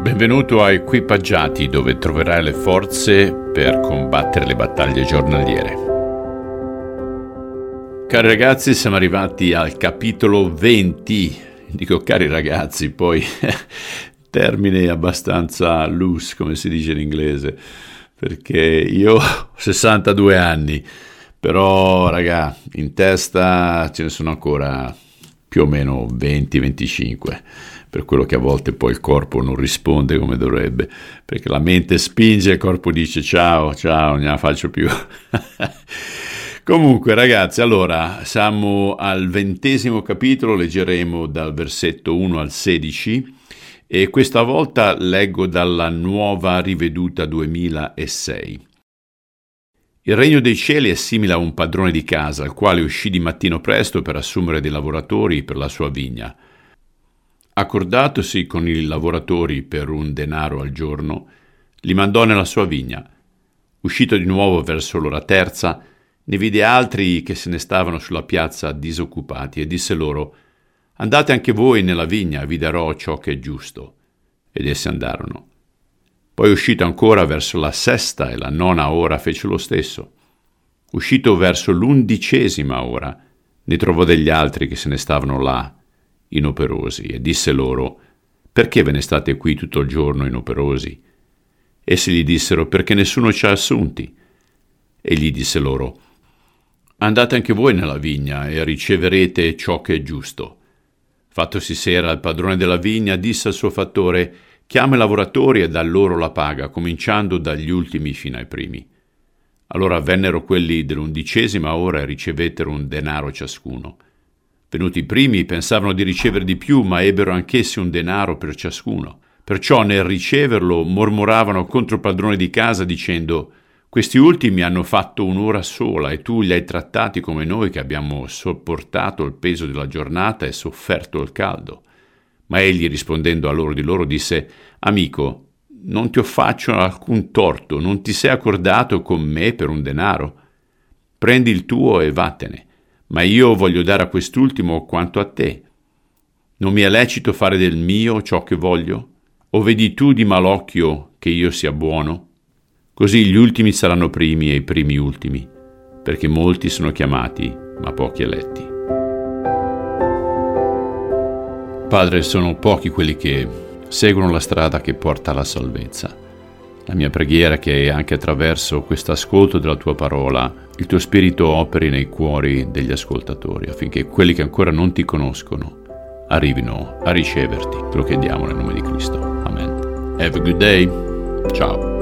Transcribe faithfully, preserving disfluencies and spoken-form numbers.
Benvenuto a Equipaggiati, dove troverai le forze per combattere le battaglie giornaliere. Cari ragazzi, siamo arrivati al capitolo venti. Dico cari ragazzi, poi termine abbastanza loose, come si dice in inglese, perché io ho sessantadue anni, però raga, in testa ce ne sono ancora più o meno venti venticinque, per quello che a volte poi il corpo non risponde come dovrebbe, perché la mente spinge e il corpo dice ciao, ciao, non la faccio più. Comunque ragazzi, allora siamo al ventesimo capitolo, leggeremo dal versetto uno al sedici e questa volta leggo dalla Nuova Riveduta duemilasei. Il regno dei cieli è simile a un padrone di casa, il quale uscì di mattino presto per assumere dei lavoratori per la sua vigna. Accordatosi con i lavoratori per un denaro al giorno, li mandò nella sua vigna. Uscito di nuovo verso l'ora terza, ne vide altri che se ne stavano sulla piazza disoccupati e disse loro: «Andate anche voi nella vigna, vi darò ciò che è giusto». Ed essi andarono. Poi uscito ancora verso la sesta e la nona ora fece lo stesso. Uscito verso l'undicesima ora, ne trovò degli altri che se ne stavano là, inoperosi, e disse loro: «Perché ve ne state qui tutto il giorno inoperosi?» Essi gli dissero: «Perché nessuno ci ha assunti». Egli disse loro: «Andate anche voi nella vigna e riceverete ciò che è giusto». Fattosi sera, il padrone della vigna disse al suo fattore: «Chiama i lavoratori e dà loro la paga, cominciando dagli ultimi fino ai primi». Allora vennero quelli dell'undicesima ora e ricevettero un denaro ciascuno. Venuti i primi pensavano di ricevere di più, ma ebbero anch'essi un denaro per ciascuno. Perciò nel riceverlo mormoravano contro il padrone di casa dicendo: «Questi ultimi hanno fatto un'ora sola e tu li hai trattati come noi che abbiamo sopportato il peso della giornata e sofferto il caldo». Ma egli, rispondendo a loro di loro, disse: «Amico, non ti faccio alcun torto, non ti sei accordato con me per un denaro? Prendi il tuo e vattene, ma io voglio dare a quest'ultimo quanto a te. Non mi è lecito fare del mio ciò che voglio? O vedi tu di malocchio che io sia buono? Così gli ultimi saranno primi e i primi ultimi, perché molti sono chiamati, ma pochi eletti». Padre, sono pochi quelli che seguono la strada che porta alla salvezza. La mia preghiera è che anche attraverso questo ascolto della tua parola il tuo spirito operi nei cuori degli ascoltatori, affinché quelli che ancora non ti conoscono arrivino a riceverti. Te lo chiediamo nel nome di Cristo. Amen. Have a good day. Ciao.